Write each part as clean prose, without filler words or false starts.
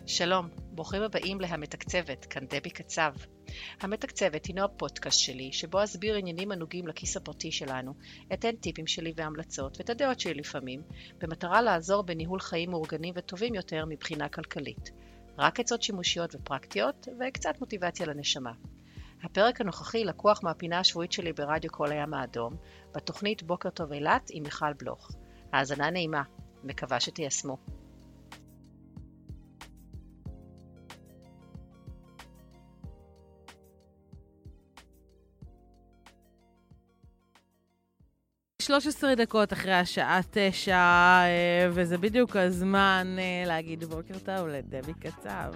שלום, ברוכים הבאים להמתקצבת, כאן דבי קצב. המתקצבת הינו הפודקאסט שלי, שבו אסביר עניינים הנוגעים לכיס הפרטי שלנו, אתן טיפים שלי והמלצות ואת הדעות שלי לפעמים, במטרה לעזור בניהול חיים מאורגנים וטובים יותר מבחינה כלכלית. רק עצות שימושיות ופרקטיות, וקצת מוטיבציה לנשמה. הפרק הנוכחי לקוח מהפינה השבועית שלי ברדיו כל הים האדום, בתוכנית בוקר טוב אילת עם מיכל בלוך. האזנה נעימה, מקווה שתיישמו. "13 דקות אחרי השעה 9, וזה בדיוק הזמן להגיד בוקר טוב לדבי קצב.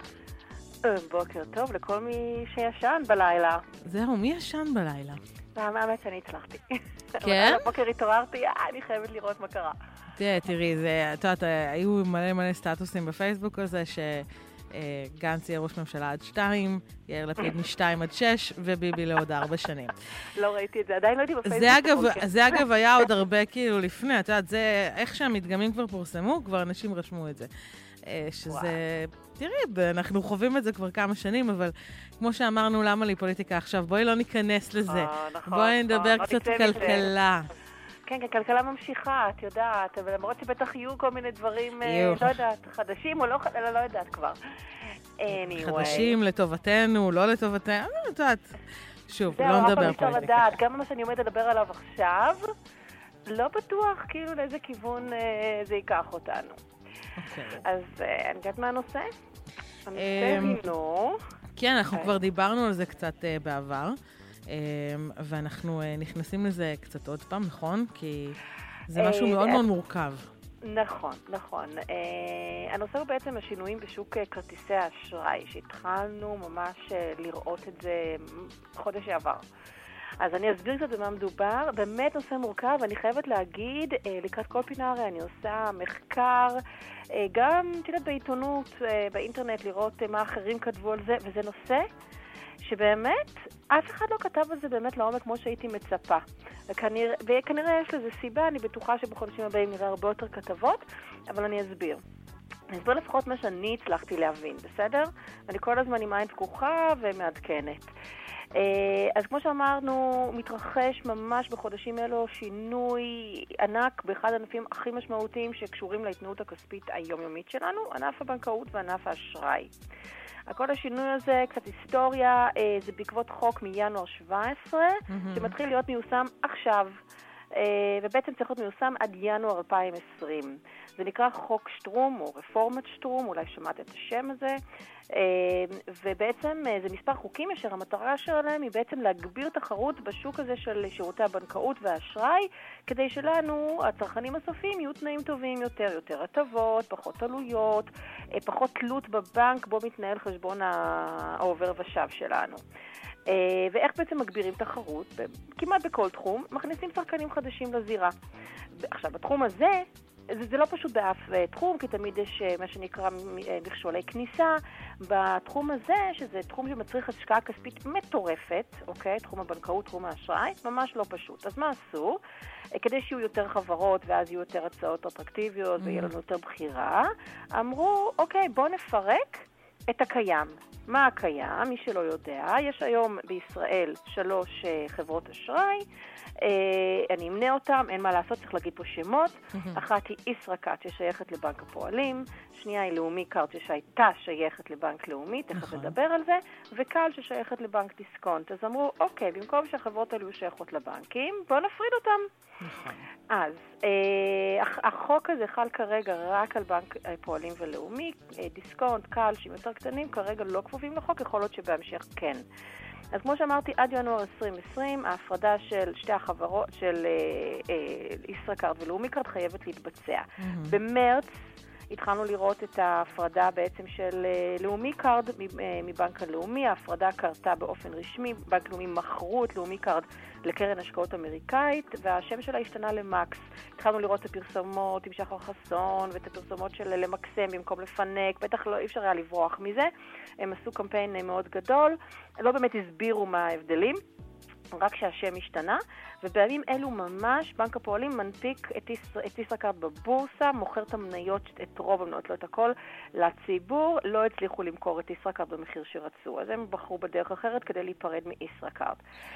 בוקר טוב לכל מי שישן בלילה. זהו, מי ישן בלילה? האמת שאני הצלחתי. כן? בבוקר התעוררתי, אני חייבת לראות מה קרה. תראי, את יודעת, היו מלא סטטוסים בפייסבוק על זה גנץ יהיה ראש ממשלה עד 2, יאיר לפיד מ2 עד 6, וביבי לעוד 4 שנים. לא ראיתי את זה, עדיין לא הייתי בפייסבוק. זה אגב היה עוד הרבה כאילו לפני, את יודעת, זה איך שהמדגמים כבר פורסמו, כבר אנשים רשמו את זה. שזה, תראי, אנחנו חווים את זה כבר כמה שנים, אבל כמו שאמרנו, למה לי פוליטיקה עכשיו? בואי לא ניכנס לזה. בואי נדבר קצת כלכלה. כן, כלכלה ממשיכה, את יודעת, אבל למרות שבטח יהיו כל מיני דברים, לא יודעת, חדשים או לא, לא יודעת כבר. חדשים לטובתנו, לא לטובתנו, לא יודעת. שוב, לא נדבר פוליטיקה. גם מה שאני עומד לדבר עליו עכשיו, לא בטוח כאילו לאיזה כיוון זה ייקח אותנו. אז אני יודעת מה הנושא? הנושא הינו... כן, אנחנו כבר דיברנו על זה קצת בעבר. ואנחנו נכנסים לזה קצת עוד פעם, נכון? כי זה משהו מאוד מאוד מורכב. נכון. הנושא הוא בעצם השינויים בשוק כרטיסי האשראי, שהתחלנו ממש לראות את זה חודש שעבר. אז אני אסביר קצת במה מדובר. באמת נושא מורכב, ואני חייבת להגיד, לקראת כל פינה הרי אני עושה מחקר, גם תדעת בעיתונות, באינטרנט, לראות מה אחרים כתבו על זה, וזה נושא שבאמת, אף אחד לא כתב על זה באמת לעומק כמו שהייתי מצפה. וכנראה יש לזה סיבה, אני בטוחה שבחודשים הבאים נראה הרבה יותר כתבות, אבל אני אסביר. אני אסביר לפחות מה שאני הצלחתי להבין, בסדר? אני כל הזמן עם עין פקוחה ומעדכנת. אז כמו שאמרנו, מתרחש ממש בחודשים אלו שינוי ענק באחד הענפים הכי משמעותיים שקשורים להתנהלות הכספית היומיומית שלנו, ענף הבנקאות וענף האשראי. כל השינוי הזה, קצת היסטוריה, זה בעקבות חוק מינואר 17, שמתחיל להיות מיושם עכשיו, ובעצם צריך להיות מיושם עד ינואר 2020. זה נקרא חוק שטרום, או רפורמת שטרום, אולי שמעת את השם הזה, ובעצם זה מספר חוקים אשר המטרה שלהם היא בעצם להגביר תחרות בשוק הזה של שירותי הבנקאות והאשראי, כדי שלנו, הצרכנים הסופיים, יהיו תנאים טובים יותר הטבות, פחות עלויות, פחות תלות בבנק בו מתנהל חשבון העובר ושב שלנו. ואיך בעצם מגבירים תחרות? כמעט בכל תחום, מכניסים שחקנים חדשים לזירה. עכשיו, בתחום הזה, זה לא פשוט באף תחום, כי תמיד יש מה שנקרא מכשולי כניסה. בתחום הזה, שזה תחום שמצריך השקעה כספית מטורפת, אוקיי? תחום הבנקאות, תחום האשראי, ממש לא פשוט. אז מה עשו? כדי שיהיו יותר חברות ואז יהיו יותר הצעות אטרקטיביות ויהיה לנו יותר בחירה, אמרו, אוקיי, בוא נפרק את הקיים. מה הקיים? מי שלא יודע, יש היום בישראל 3 חברות אשראי, אני אמנה אותם, אין מה לעשות, צריך להגיד פה שמות. אחת היא ישראכרט ששייכת לבנק הפועלים, שנייה היא לאומי קארד שהייתה שייכת לבנק לאומי, תכף נדבר על זה, וקל ששייכת לבנק דיסקונט. אז אמרו, אוקיי, במקום שהחברות האלו שייכות לבנקים, בואו נפריד אותם. אז החוק הזה חל כרגע רק על בנק פועלים ולאומי, דיסקונט, קל, שהם יותר קטנים, כרגע לא כפופים לחוק, יכול להיות שבהמשך כן. אז כמו שאמרתי, עד ינואר 2020, ההפרדה של שתי החברות, של ישראכרט ולאומי קארד, חייבת להתבצע. במרץ התחלנו לראות את ההפרדה בעצם של לאומי קארד מבנק הלאומי. ההפרדה קרתה באופן רשמי, בנק לאומי מכרו את לאומי קארד לקרן השקעות אמריקאית, והשם שלה השתנה למקס. התחלנו לראות את הפרסומות עם שחר חסון, ואת הפרסומות של למקסם במקום לפנק, בטח לא, אי אפשר היה לברוח מזה. הם עשו קמפיין מאוד גדול, לא באמת הסבירו מה ההבדלים. רק שהשם השתנה, ובימים אלו ממש בנק הפועלים מנפיק את ישראכרט בבורסה, מוכר את המניות, את רוב המניות, לא את הכל, לציבור. לא הצליחו למכור את ישראכרט במחיר שרצו, אז הם בחרו בדרך אחרת כדי להיפרד מישראכרט.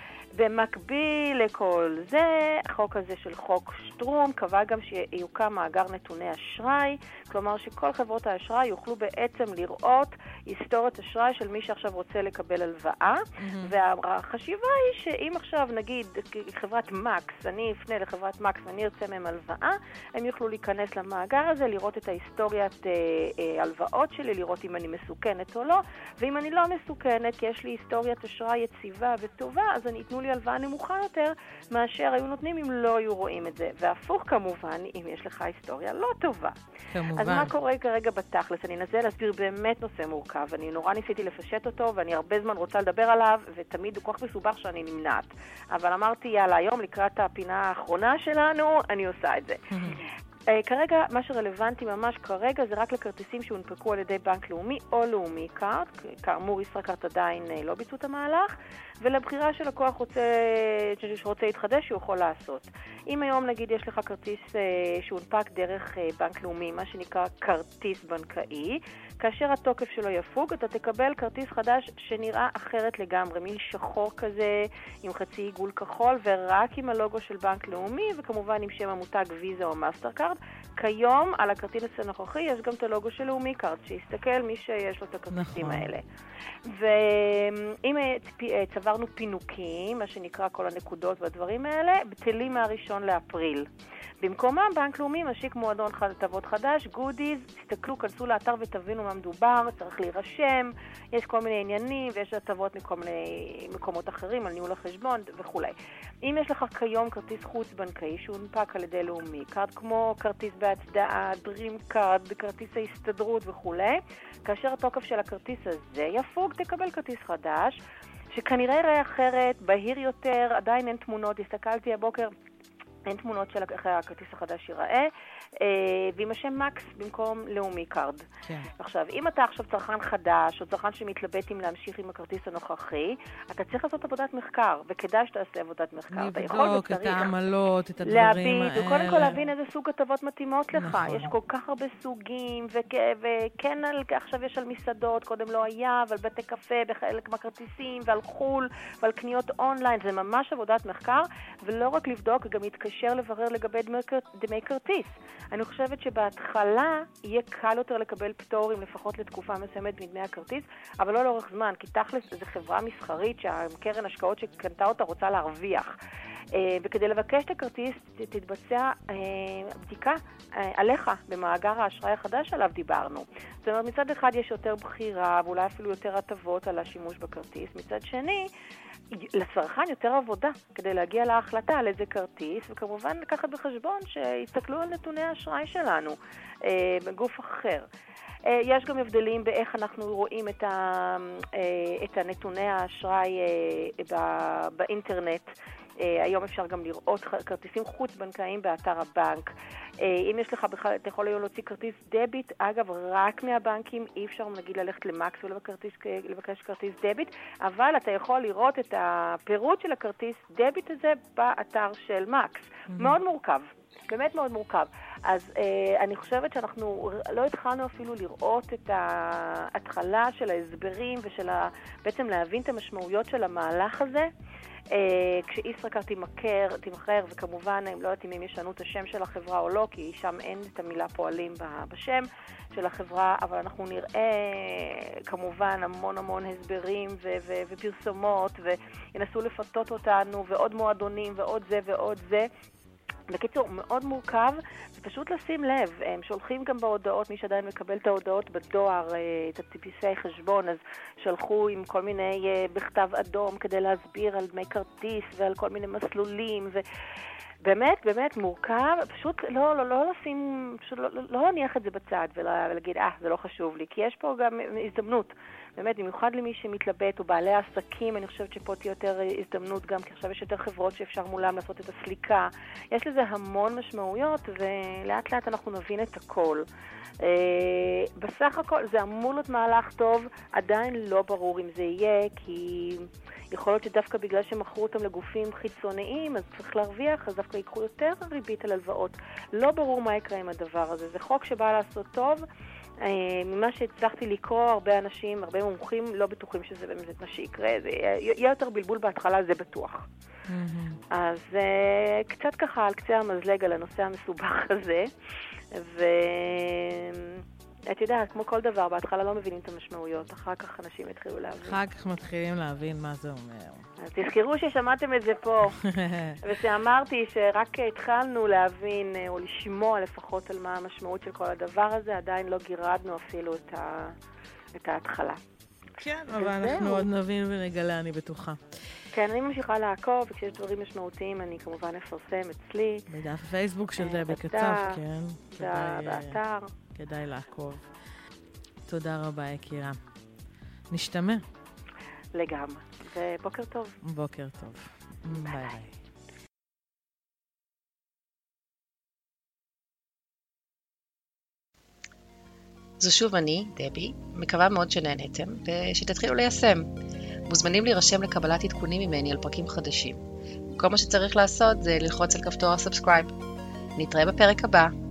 במקביל לכל זה, החוק הזה של חוק שטרום קבע גם שיוקם מאגר נתוני אשראי, כלומר שכל חברות האשראי יוכלו בעצם לראות היסטוריית אשראי של מי שעכשיו רוצה לקבל הלוואה, והחשיבה היא שאם עכשיו נגיד חברת מקס, אני אפנה לחברת מקס ואני ארצה מהם הלוואה, הם יוכלו להיכנס למאגר הזה, לראות את ההיסטוריית הלוואות שלי, לראות אם אני מסוכנת או לא, ואם אני לא מסוכנת כי יש לי היסטוריית אשראי יציבה וטובה, אז אני אתנו לי הלוואה נמוכה יותר מאשר היו נותנים אם לא היו רואים את זה. והפוך כמובן, אם יש לך היסטוריה לא טובה. כמובן. אז מה קורה כרגע בתכלס? אני אנסה להסביר באמת נושא מורכב. אני נורא ניסיתי לפשט אותו, ואני הרבה זמן רוצה לדבר עליו, ותמיד הוא כל כך מסובך שאני נמנעת. אבל אמרתי, יאללה, היום לקראת הפינה האחרונה שלנו, אני עושה את זה. כרגע, מה שרלוונטי ממש כרגע זה רק לכרטיסים שהונפקו על ידי בנק לאומי או לאומי קארד, כאמור ישראכרט עדיין לא ביצעו את המהלך, ולבחירה של לקוח שרוצה להתחדש שהוא יכול לעשות. אם היום נגיד יש לך כרטיס שהונפק דרך בנק לאומי, מה שנקרא כרטיס בנקאי, כאשר התוקף שלו יפוג, אתה תקבל כרטיס חדש שנראה אחרת לגמרי, מין שחור כזה, עם חצי עיגול כחול, ורק עם הלוגו של בנק לאומי, וכמובן עם שם המותג ויזה או מאסטרקארד. כיום על הכרטיס הנוכחי יש גם את הלוגו של לאומי קארד, שיסתכל מי שיש לו את הכרטיסים האלה. ואם צברנו פינוקים, מה שנקרא כל הנקודות והדברים האלה, בטלים מה-1 לאפריל. במקומם בנק לאומי משיק מועדון הטבות חדש, גודיז, תסתכלו, כנסו לאתר ותבינו מה מדובר, צריך להירשם, יש כל מיני עניינים ויש הטבות מכל מיני מקומות אחרים על ניהול החשבון וכו'. אם יש לך כיום כרטיס חוץ בנקאי שהונפק על ידי לאומי קארד, כמו כרטיס בהצדעה, דרים קארד, כרטיס ההסתדרות וכו', כאשר התוקף של הכרטיס הזה יפוג, תקבל כרטיס חדש, שכנראה יראה אחרת, בהיר יותר, עדיין אין תמונות, הסתכלתי הבוקר, אין תמונות של הכרטיס החדש ייראה, ועם השם מקס במקום לאומי קארד. כן. עכשיו, אם אתה עכשיו צרכן חדש, או צרכן שמתלבט אם להמשיך עם הכרטיס הנוכחי, אתה צריך לעשות עבודת מחקר, וכדאי שתעשה עבודת מחקר. לבדוק את העמלות, את הדברים האלה. וקודם כל להבין איזה סוג הטבות מתאימות לך. נכון. יש כל כך הרבה סוגים, וכן עכשיו יש על מסעדות, קודם לא היה, ועל בתי קפה, בחלק מהכרטיסים, ועל חול, ועל קניות אונליין. זה ממש עבודת מחקר, ולא רק לבדוק, גם להתקשר לברר לגבי דמי כרטיס. אני חושבת שבהתחלה יהיה קל יותר לקבל פטורים, לפחות לתקופה מסוימת מדמי הכרטיס, אבל לא לאורך זמן, כי תכלס זו חברה מסחרית שהקרן השקעות שקנתה אותה רוצה להרוויח. וכדי לבקש את הכרטיס תתבצע בדיקה עליך במאגר האשראי החדש עליו דיברנו. זאת אומרת, מצד אחד יש יותר בחירה ואולי אפילו יותר הטבות על השימוש בכרטיס, מצד שני לצרכן יותר עבודה כדי להגיע להחלטה על איזה כרטיס, וכמובן לקחת בחשבון שיסתכלו על נתוני האשראי שלנו בגוף אחר. יש גם הבדלים באיך אנחנו רואים את הנתוני האשראי באינטרנט. היום אפשר גם לראות כרטיסים חוץ-בנקאיים באתר הבנק. אם יש לך בכלל, אתה יכול היום להוציא כרטיס דביט, אגב, רק מהבנקים, אי אפשר נגיד ללכת למקס ולבקש כרטיס דביט, אבל אתה יכול לראות את הפירוט של הכרטיס דביט הזה באתר של מקס. מאוד מורכב. באמת מאוד מורכב. אז אני חושבת שאנחנו לא התחלנו אפילו לראות את ההתחלה של ההסברים ושל בעצם להבין את המשמעויות של המהלך הזה. כשישראכרט תמכר, וכמובן הם לא יודעים אם ישנו את השם של החברה או לא, כי שם אין את המילה פועלים בשם של החברה, אבל אנחנו נראה כמובן המון הסברים ופרסומות, וינסו לפתות אותנו, ועוד מועדונים, ועוד זה ועוד זה. בקיצור, מאוד מורכב, ופשוט לשים לב, הם שולחים גם בהודעות, מי שעדיין מקבל את ההודעות בדואר, את הטיפוסי חשבון, אז שלחו עם כל מיני בכתב אדום כדי להסביר על דמי כרטיס ועל כל מיני מסלולים, באמת, באמת מורכב, פשוט לא לשים, פשוט לא להניח את זה בצד ולהגיד, זה לא חשוב לי, כי יש פה גם הזדמנות, באמת, במיוחד למי שמתלבט, או בעלי העסקים, אני חושבת שפה תהיה יותר הזדמנות גם, כי עכשיו יש יותר חברות שאפשר מולם לעשות את הסליקה, יש לזה המון משמעויות, ולאט לאט אנחנו נבין את הכל. בסך הכל זה אמור להיות מהלך טוב, עדיין לא ברור אם זה יהיה, כי יכול להיות שדווקא בגלל שמכרו אותם לגופים חיצוניים, אז צריך להרוויח, אז דווקא יקחו יותר ריבית על הלוואות. לא ברור מה יקרה עם הדבר הזה. זה חוק שבא לעשות טוב. ממה שהצלחתי לקרוא, הרבה אנשים, הרבה מומחים לא בטוחים שזה באמת מה שיקרה. זה יהיה יותר בלבול בהתחלה, זה בטוח. אז קצת ככה על קצה המזלג על הנושא המסובך הזה. את יודעת, כמו כל דבר, בהתחלה לא מבינים את המשמעויות, אחר כך אנשים התחילו להבין. אחר כך מתחילים להבין מה זה אומר. אז תזכרו ששמעתם את זה פה, ושאמרתי שרק התחלנו להבין, או לשמוע לפחות על מה המשמעות של כל הדבר הזה, עדיין לא גירדנו אפילו את ההתחלה. כן, אבל אנחנו עוד נבין ונגלה, אני בטוחה. כן, אני ממשיכה לעקוב, וכשיש דברים משמעותיים אני כמובן אפרסם אצלי. בדף הפייסבוק של דבי קצב, כן. באתר. כדאי לעקוב. תודה רבה, יקירה. נשתמע. לגמרי. ובוקר טוב. בוקר טוב. ביי ביי. זו שוב אני, דבי, מקווה מאוד שנהנתם ושתתחילו ליישם. מוזמנים להירשם לקבלת עדכונים ממני על פרקים חדשים. כל מה שצריך לעשות זה ללחוץ על כפתור הסאבסקרייב. נתראה בפרק הבא.